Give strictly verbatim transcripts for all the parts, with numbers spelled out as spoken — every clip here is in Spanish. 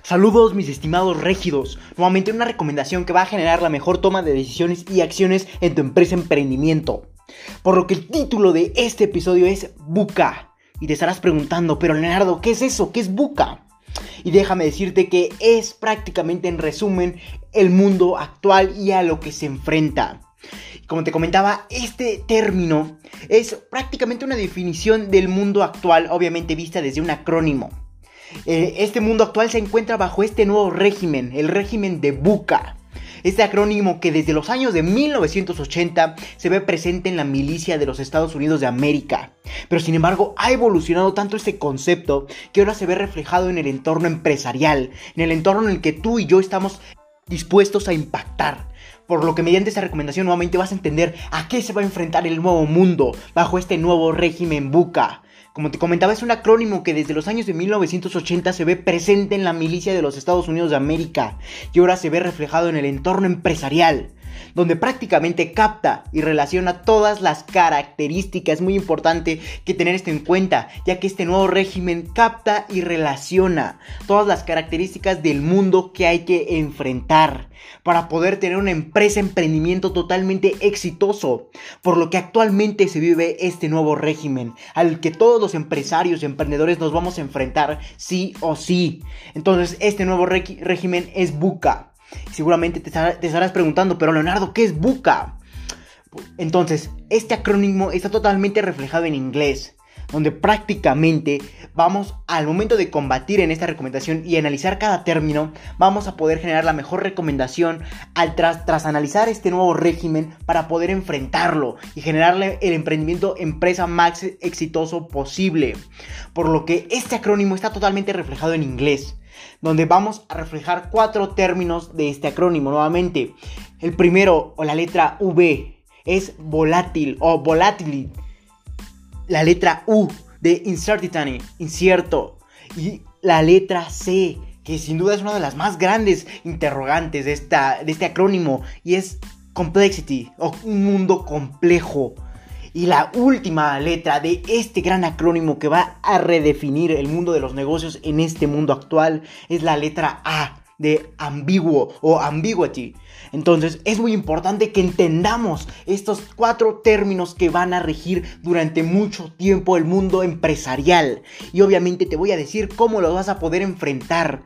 Saludos mis estimados rígidos, nuevamente una recomendación que va a generar la mejor toma de decisiones y acciones en tu empresa emprendimiento. Por lo que el título de este episodio es VUCA. Y te estarás preguntando, pero Leonardo, ¿qué es eso? ¿Qué es VUCA? Y déjame decirte que es prácticamente en resumen el mundo actual y a lo que se enfrenta. Como te comentaba, este término es prácticamente una definición del mundo actual, obviamente vista desde un acrónimo. Este mundo actual se encuentra bajo este nuevo régimen, el régimen de VUCA. Este acrónimo que desde los años de mil novecientos ochenta se ve presente en la milicia de los Estados Unidos de América. Pero sin embargo ha evolucionado tanto este concepto que ahora se ve reflejado en el entorno empresarial, en el entorno en el que tú y yo estamos dispuestos a impactar. Por lo que mediante esta recomendación nuevamente vas a entender a qué se va a enfrentar el nuevo mundo bajo este nuevo régimen VUCA. Como te comentaba, es un acrónimo que desde los años de mil novecientos ochenta se ve presente en la milicia de los Estados Unidos de América y ahora se ve reflejado en el entorno empresarial, donde prácticamente capta y relaciona todas las características. Es muy importante que tener esto en cuenta, ya que este nuevo régimen capta y relaciona todas las características del mundo que hay que enfrentar para poder tener una empresa, emprendimiento totalmente exitoso, por lo que actualmente se vive este nuevo régimen, al que todos los empresarios y emprendedores nos vamos a enfrentar sí o sí. Entonces este nuevo reg- régimen es VUCA. Seguramente te, te estarás preguntando, pero Leonardo, ¿qué es VUCA? Entonces, este acrónimo está totalmente reflejado en inglés, donde prácticamente vamos, al momento de combatir en esta recomendación y analizar cada término, vamos a poder generar la mejor recomendación al tras, tras analizar este nuevo régimen para poder enfrentarlo y generarle el emprendimiento empresa más exitoso posible. Por lo que este acrónimo está totalmente reflejado en inglés, donde vamos a reflejar cuatro términos de este acrónimo nuevamente. El primero, o la letra V, es volátil o volatility. La letra U de uncertainty, incierto. Y la letra C, que sin duda es una de las más grandes interrogantes de, esta, de este acrónimo, y es complexity, o un mundo complejo. Y la última letra de este gran acrónimo que va a redefinir el mundo de los negocios en este mundo actual es la letra A de ambiguo o ambiguity. Entonces es muy importante que entendamos estos cuatro términos que van a regir durante mucho tiempo el mundo empresarial. Y obviamente te voy a decir cómo los vas a poder enfrentar.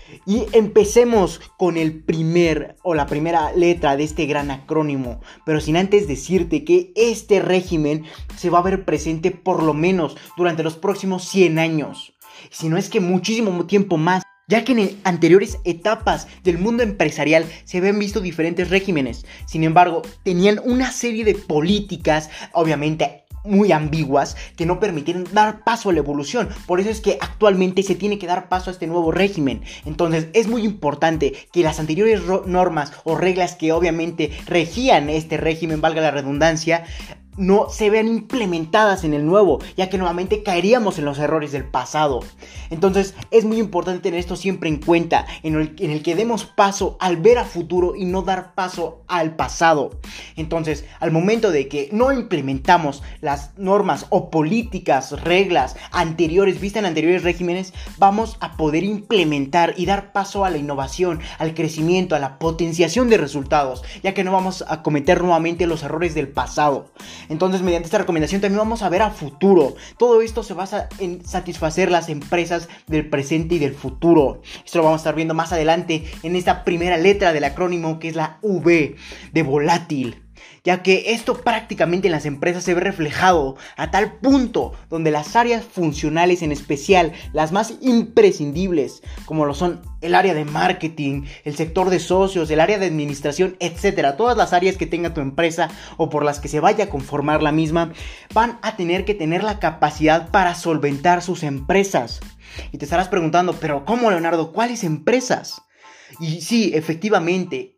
Y empecemos con el primer o la primera letra de este gran acrónimo, pero sin antes decirte que este régimen se va a ver presente por lo menos durante los próximos cien años, si no es que muchísimo tiempo más, ya que en anteriores etapas del mundo empresarial se habían visto diferentes regímenes. Sin embargo, tenían una serie de políticas, obviamente muy ambiguas, que no permitieron dar paso a la evolución. Por eso es que actualmente se tiene que dar paso a este nuevo régimen. Entonces es muy importante que las anteriores ro- normas o reglas que obviamente regían este régimen, valga la redundancia, no se vean implementadas en el nuevo, ya que nuevamente caeríamos en los errores del pasado. Entonces es muy importante tener esto siempre en cuenta, en el, en el que demos paso al ver a futuro y no dar paso al pasado. Entonces, al momento de que no implementamos las normas o políticas, reglas anteriores, vistas en anteriores regímenes, vamos a poder implementar y dar paso a la innovación, al crecimiento, a la potenciación de resultados, ya que no vamos a cometer nuevamente los errores del pasado. Entonces, mediante esta recomendación también vamos a ver a futuro. Todo esto se basa en satisfacer las empresas del presente y del futuro. Esto lo vamos a estar viendo más adelante en esta primera letra del acrónimo, que es la V de volátil, ya que esto prácticamente en las empresas se ve reflejado a tal punto donde las áreas funcionales, en especial las más imprescindibles, como lo son el área de marketing, el sector de socios, el área de administración, etcétera, todas las áreas que tenga tu empresa o por las que se vaya a conformar la misma, van a tener que tener la capacidad para solventar sus empresas. Y te estarás preguntando, pero ¿cómo, Leonardo? ¿Cuáles empresas? Y sí, efectivamente,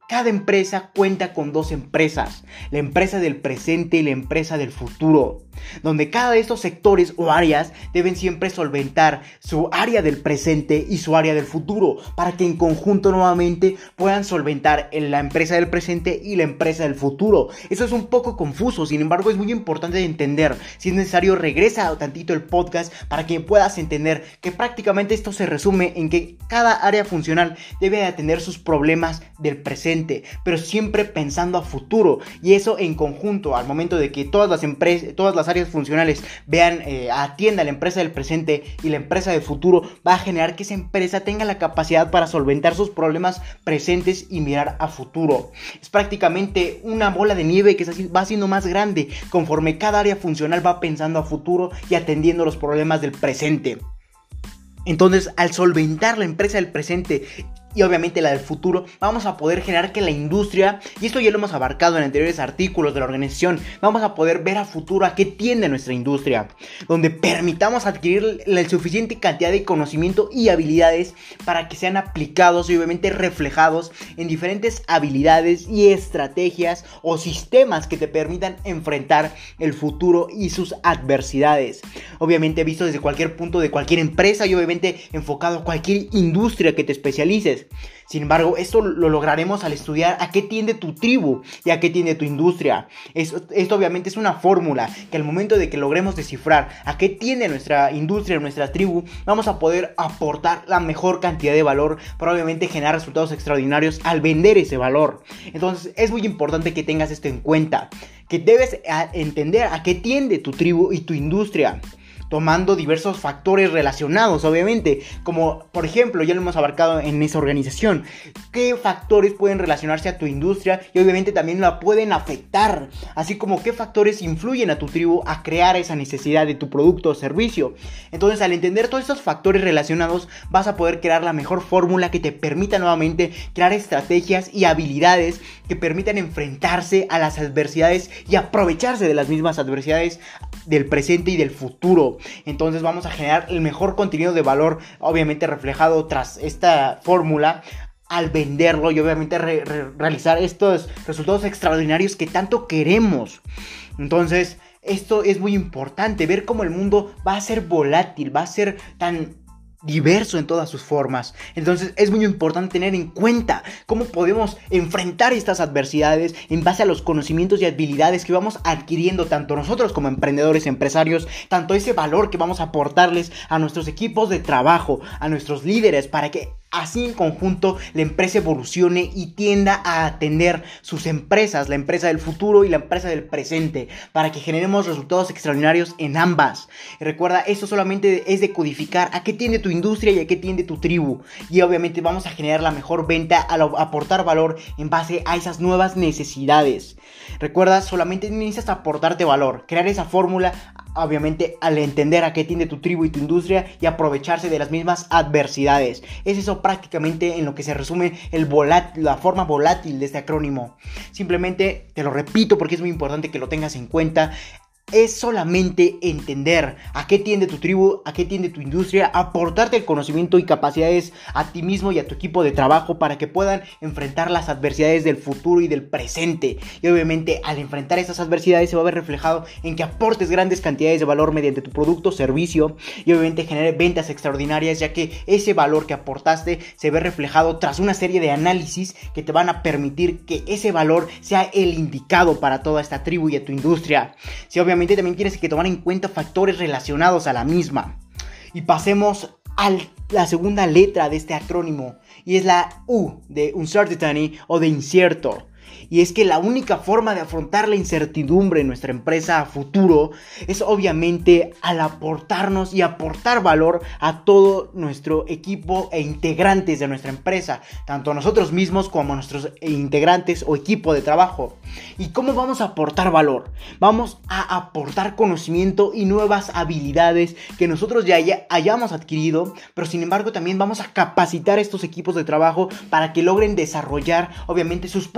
Cada empresa cuenta con dos empresas, la empresa del presente y la empresa del futuro, donde cada de estos sectores o áreas deben siempre solventar su área del presente y su área del futuro, para que en conjunto nuevamente puedan solventar la empresa del presente y la empresa del futuro. Eso es un poco confuso, sin embargo es muy importante de entender. Si es necesario, regresa tantito el podcast para que puedas entender que prácticamente esto se resume en que cada área funcional debe de atender sus problemas del presente, pero siempre pensando a futuro, y eso en conjunto. Al momento de que todas las empresas, todas las áreas funcionales vean, eh, atienda la empresa del presente y la empresa del futuro, va a generar que esa empresa tenga la capacidad para solventar sus problemas presentes y mirar a futuro. Es prácticamente una bola de nieve que va siendo más grande conforme cada área funcional va pensando a futuro y atendiendo los problemas del presente. Entonces, al solventar la empresa del presente y obviamente la del futuro, vamos a poder generar que la industria, y esto ya lo hemos abarcado en anteriores artículos de la organización, vamos a poder ver a futuro a qué tiende nuestra industria, donde permitamos adquirir la suficiente cantidad de conocimiento y habilidades para que sean aplicados y obviamente reflejados en diferentes habilidades y estrategias o sistemas que te permitan enfrentar el futuro y sus adversidades. Obviamente visto desde cualquier punto de cualquier empresa y obviamente enfocado a cualquier industria que te especialices. Sin embargo, esto lo lograremos al estudiar a qué tiende tu tribu y a qué tiende tu industria. Esto, esto obviamente es una fórmula que al momento de que logremos descifrar a qué tiende nuestra industria, nuestra tribu, vamos a poder aportar la mejor cantidad de valor para obviamente generar resultados extraordinarios al vender ese valor. Entonces es muy importante que tengas esto en cuenta, que debes entender a qué tiende tu tribu y tu industria, tomando diversos factores relacionados, obviamente, como por ejemplo, ya lo hemos abarcado en esa organización, qué factores pueden relacionarse a tu industria y obviamente también la pueden afectar, así como qué factores influyen a tu tribu a crear esa necesidad de tu producto o servicio. Entonces, al entender todos estos factores relacionados, vas a poder crear la mejor fórmula que te permita nuevamente crear estrategias y habilidades que permitan enfrentarse a las adversidades y aprovecharse de las mismas adversidades del presente y del futuro. Entonces vamos a generar el mejor contenido de valor, obviamente reflejado tras esta fórmula, al venderlo y obviamente re- re- realizar estos resultados extraordinarios que tanto queremos. Entonces esto es muy importante, ver cómo el mundo va a ser volátil, va a ser tan diverso en todas sus formas. Entonces es muy importante tener en cuenta cómo podemos enfrentar estas adversidades en base a los conocimientos y habilidades que vamos adquiriendo tanto nosotros como emprendedores, empresarios, tanto ese valor que vamos a aportarles a nuestros equipos de trabajo, a nuestros líderes, para que así en conjunto la empresa evolucione y tienda a atender sus empresas, la empresa del futuro y la empresa del presente, para que generemos resultados extraordinarios en ambas. Y recuerda, esto solamente es de codificar a qué tiende tu industria y a qué tiende tu tribu, y obviamente vamos a generar la mejor venta al aportar valor en base a esas nuevas necesidades. Recuerda, solamente necesitas aportarte valor, crear esa fórmula, obviamente al entender a qué tiende tu tribu y tu industria y aprovecharse de las mismas adversidades. Es eso prácticamente en lo que se resume el volátil, la forma volátil de este acrónimo. Simplemente te lo repito porque es muy importante que lo tengas en cuenta. Es solamente entender a qué tiende tu tribu, a qué tiende tu industria, aportarte el conocimiento y capacidades a ti mismo y a tu equipo de trabajo para que puedan enfrentar las adversidades del futuro y del presente. Y obviamente al enfrentar esas adversidades se va a ver reflejado en que aportes grandes cantidades de valor mediante tu producto o servicio y obviamente genere ventas extraordinarias, ya que ese valor que aportaste se ve reflejado tras una serie de análisis que te van a permitir que ese valor sea el indicado para toda esta tribu y a tu industria. Si obviamente Obviamente también tienes que tomar en cuenta factores relacionados a la misma. Y pasemos a la segunda letra de este acrónimo, y es la U de uncertainty o de incierto. Y es que la única forma de afrontar la incertidumbre en nuestra empresa a futuro es obviamente al aportarnos y aportar valor a todo nuestro equipo e integrantes de nuestra empresa, tanto a nosotros mismos como a nuestros integrantes o equipo de trabajo. ¿Y cómo vamos a aportar valor? Vamos a aportar conocimiento y nuevas habilidades que nosotros ya hayamos adquirido, pero sin embargo también vamos a capacitar a estos equipos de trabajo para que logren desarrollar obviamente sus propios conocimientos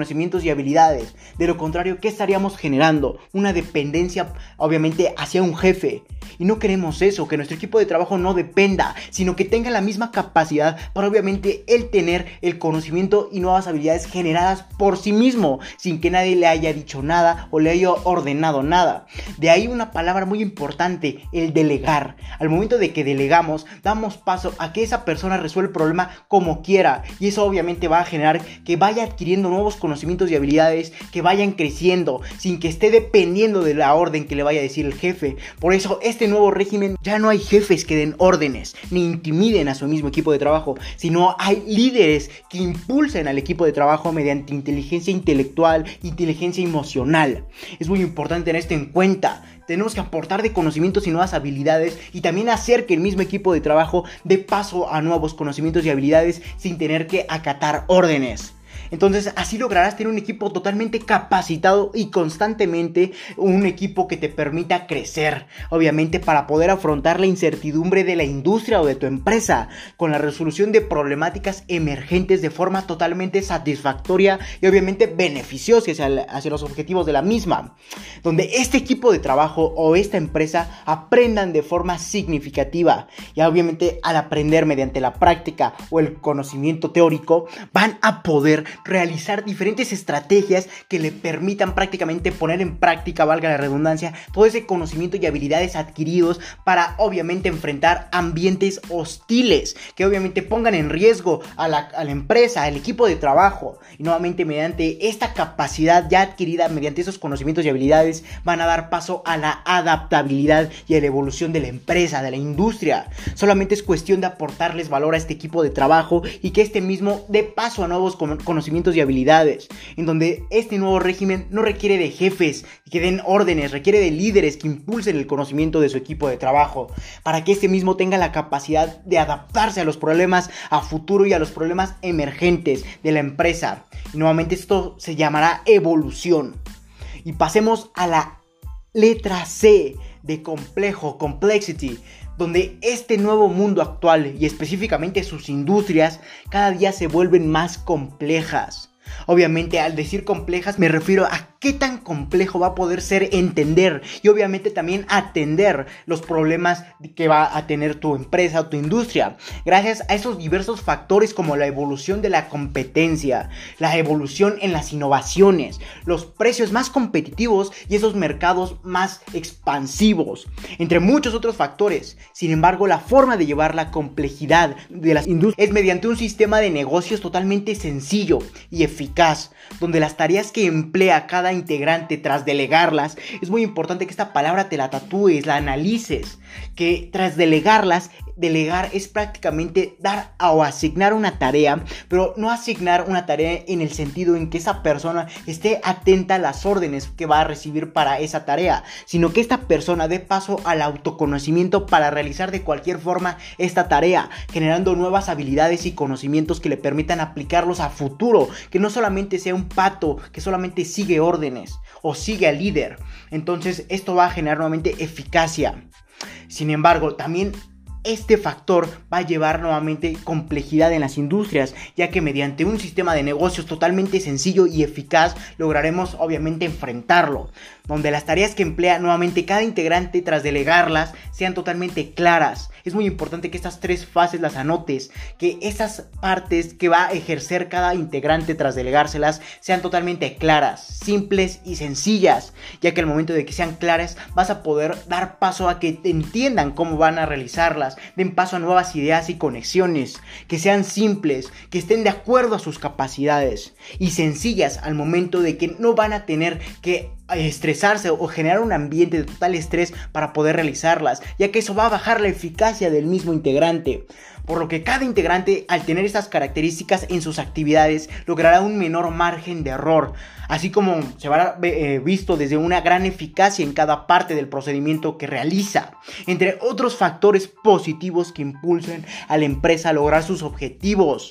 conocimientos y habilidades. De lo contrario, ¿qué estaríamos generando? Una dependencia, obviamente, hacia un jefe. Y no queremos eso, que nuestro equipo de trabajo no dependa, sino que tenga la misma capacidad para, obviamente, él tener el conocimiento y nuevas habilidades generadas por sí mismo, sin que nadie le haya dicho nada o le haya ordenado nada. De ahí una palabra muy importante, el delegar. Al momento de que delegamos, damos paso a que esa persona resuelva el problema como quiera, y eso obviamente va a generar que vaya adquiriendo nuevos conocimientos y habilidades que vayan creciendo, sin que esté dependiendo de la orden que le vaya a decir el jefe. Por eso este nuevo régimen ya no hay jefes que den órdenes ni intimiden a su mismo equipo de trabajo, sino hay líderes que impulsen al equipo de trabajo mediante inteligencia intelectual, inteligencia emocional. Es muy importante tener esto en cuenta. Tenemos que aportar de conocimientos y nuevas habilidades, y también hacer que el mismo equipo de trabajo dé paso a nuevos conocimientos y habilidades sin tener que acatar órdenes. Entonces así lograrás tener un equipo totalmente capacitado y constantemente un equipo que te permita crecer, obviamente para poder afrontar la incertidumbre de la industria o de tu empresa, con la resolución de problemáticas emergentes de forma totalmente satisfactoria y obviamente beneficiosa hacia, hacia los objetivos de la misma, donde este equipo de trabajo o esta empresa aprendan de forma significativa, y obviamente al aprender mediante la práctica o el conocimiento teórico van a poder realizar diferentes estrategias que le permitan prácticamente poner en práctica, valga la redundancia, todo ese conocimiento y habilidades adquiridos para obviamente enfrentar ambientes hostiles que obviamente pongan en riesgo a la, a la empresa, al equipo de trabajo. Y nuevamente, mediante esta capacidad ya adquirida, mediante esos conocimientos y habilidades, van a dar paso a la adaptabilidad y a la evolución de la empresa, de la industria. Solamente es cuestión de aportarles valor a este equipo de trabajo y que este mismo dé paso a nuevos conocimientos y habilidades, en donde este nuevo régimen no requiere de jefes que den órdenes, requiere de líderes que impulsen el conocimiento de su equipo de trabajo, para que este mismo tenga la capacidad de adaptarse a los problemas a futuro y a los problemas emergentes de la empresa. Y nuevamente esto se llamará evolución. Y pasemos a la letra C de complejo, complexity, donde este nuevo mundo actual y específicamente sus industrias cada día se vuelven más complejas. Obviamente, al decir complejas me refiero a qué tan complejo va a poder ser entender y obviamente también atender los problemas que va a tener tu empresa o tu industria, gracias a esos diversos factores como la evolución de la competencia, la evolución en las innovaciones, los precios más competitivos y esos mercados más expansivos, entre muchos otros factores. Sin embargo, la forma de llevar la complejidad de las industrias es mediante un sistema de negocios totalmente sencillo y eficaz, donde las tareas que emplea cada integrante tras delegarlas, es muy importante que esta palabra te la tatúes, la analices, que tras delegarlas, delegar es prácticamente dar o asignar una tarea, pero no asignar una tarea en el sentido en que esa persona esté atenta a las órdenes que va a recibir para esa tarea, sino que esta persona dé paso al autoconocimiento para realizar de cualquier forma esta tarea, generando nuevas habilidades y conocimientos que le permitan aplicarlos a futuro, que no solamente sea un pato que solamente sigue órdenes o sigue al líder. Entonces esto va a generar nuevamente eficacia. Sin embargo, también este factor va a llevar nuevamente complejidad en las industrias, ya que mediante un sistema de negocios totalmente sencillo y eficaz lograremos obviamente enfrentarlo, donde las tareas que emplea nuevamente cada integrante tras delegarlas sean totalmente claras. Es muy importante que estas tres fases las anotes, que esas partes que va a ejercer cada integrante tras delegárselas sean totalmente claras, simples y sencillas, ya que al momento de que sean claras vas a poder dar paso a que entiendan cómo van a realizarlas, den paso a nuevas ideas y conexiones, que sean simples, que estén de acuerdo a sus capacidades y sencillas al momento de que no van a tener que estresarse o generar un ambiente de total estrés para poder realizarlas, ya que eso va a bajar la eficacia del mismo integrante. Por lo que cada integrante, al tener estas características en sus actividades, logrará un menor margen de error, así como se va eh, visto desde una gran eficacia en cada parte del procedimiento que realiza, entre otros factores positivos que impulsen a la empresa a lograr sus objetivos.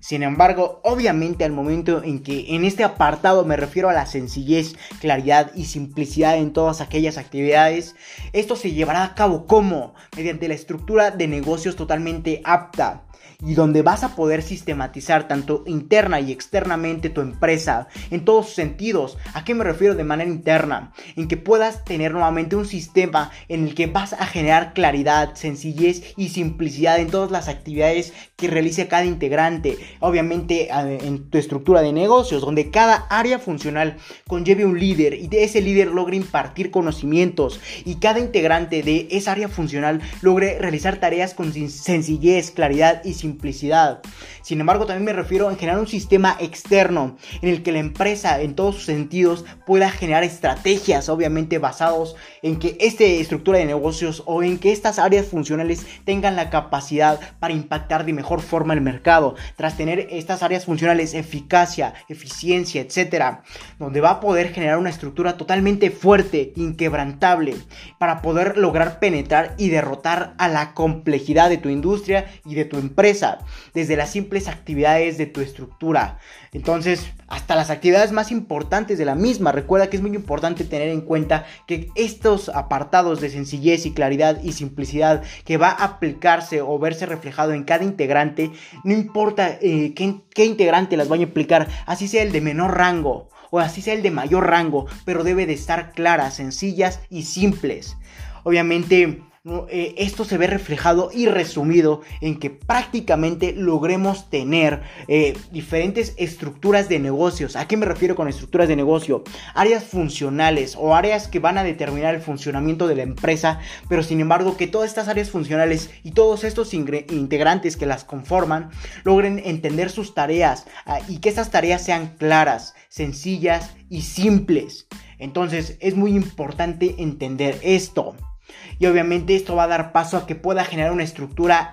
Sin embargo, obviamente al momento en que en este apartado me refiero a la sencillez, claridad y simplicidad en todas aquellas actividades, esto se llevará a cabo ¿cómo? Mediante la estructura de negocios totalmente apta, y donde vas a poder sistematizar tanto interna y externamente tu empresa en todos sus sentidos. ¿A qué me refiero de manera interna? En que puedas tener nuevamente un sistema en el que vas a generar claridad, sencillez y simplicidad en todas las actividades que realice cada integrante. Obviamente en tu estructura de negocios, donde cada área funcional conlleve un líder y de ese líder logre impartir conocimientos y cada integrante de esa área funcional logre realizar tareas con sencillez, claridad y simplicidad. Sin embargo, también me refiero en generar un sistema externo en el que la empresa en todos sus sentidos pueda generar estrategias, obviamente basados en que esta estructura de negocios o en que estas áreas funcionales tengan la capacidad para impactar de mejor forma el mercado, tras tener estas áreas funcionales eficacia, eficiencia, etcétera, donde va a poder generar una estructura totalmente fuerte, inquebrantable, para poder lograr penetrar y derrotar a la complejidad de tu industria y de tu empresa, desde las simples actividades de tu estructura. Entonces, hasta las actividades más importantes de la misma. Recuerda que es muy importante tener en cuenta que estos apartados de sencillez y claridad y simplicidad que va a aplicarse o verse reflejado en cada integrante, no importa eh, qué, qué integrante las vaya a aplicar, así sea el de menor rango o así sea el de mayor rango, pero debe de estar claras, sencillas y simples. Obviamente, Eh, esto se ve reflejado y resumido en que prácticamente logremos tener eh, diferentes estructuras de negocios. ¿A qué me refiero con estructuras de negocio? Áreas funcionales o áreas que van a determinar el funcionamiento de la empresa, pero sin embargo que todas estas áreas funcionales y todos estos integrantes que las conforman logren entender sus tareas uh, y que estas tareas sean claras, sencillas y simples. Entonces es muy importante entender esto. Y obviamente esto va a dar paso a que pueda generar una estructura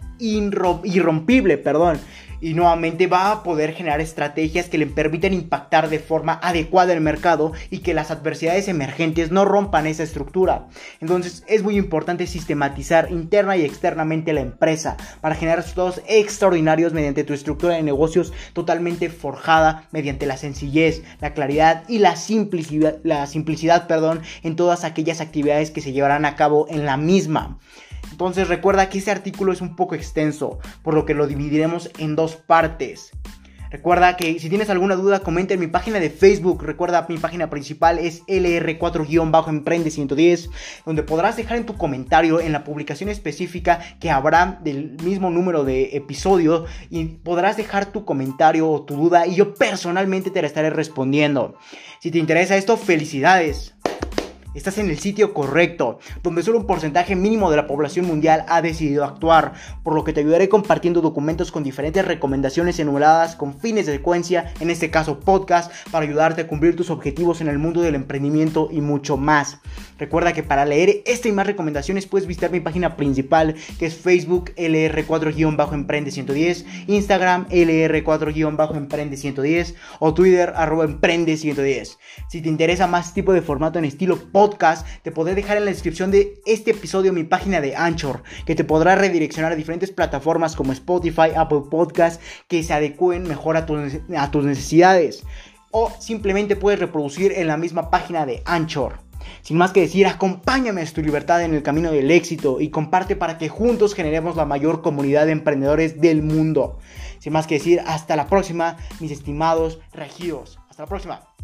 irrompible, perdón. Y nuevamente va a poder generar estrategias que le permitan impactar de forma adecuada el mercado y que las adversidades emergentes no rompan esa estructura. Entonces es muy importante sistematizar interna y externamente la empresa para generar resultados extraordinarios mediante tu estructura de negocios totalmente forjada mediante la sencillez, la claridad y la simplicidad, la simplicidad, perdón, en todas aquellas actividades que se llevarán a cabo en la misma. Entonces recuerda que este artículo es un poco extenso, por lo que lo dividiremos en dos partes. Recuerda que si tienes alguna duda, comenta en mi página de Facebook. Recuerda, mi página principal es L R cuatro Emprende ciento diez, donde podrás dejar en tu comentario en la publicación específica que habrá del mismo número de episodio, y podrás dejar tu comentario o tu duda y yo personalmente te la estaré respondiendo. Si te interesa esto, felicidades. Estás en el sitio correcto, donde solo un porcentaje mínimo de la población mundial ha decidido actuar, por lo que te ayudaré compartiendo documentos con diferentes recomendaciones enumeradas con fines de secuencia, en este caso podcast, para ayudarte a cumplir tus objetivos en el mundo del emprendimiento y mucho más. Recuerda que para leer esta y más recomendaciones puedes visitar mi página principal, que es Facebook L R cuatro Emprende ciento diez, Instagram L R cuatro Emprende ciento diez o Twitter arroba Emprende ciento diez. Si te interesa más tipo de formato en estilo podcast, Podcast, te podré dejar en la descripción de este episodio mi página de Anchor, que te podrá redireccionar a diferentes plataformas como Spotify, Apple Podcast, que se adecúen mejor a, tu, a tus necesidades, o simplemente puedes reproducir en la misma página de Anchor. Sin más que decir, acompáñame a tu libertad en el camino del éxito y comparte para que juntos generemos la mayor comunidad de emprendedores del mundo. Sin más que decir, hasta la próxima, mis estimados regidos. Hasta la próxima.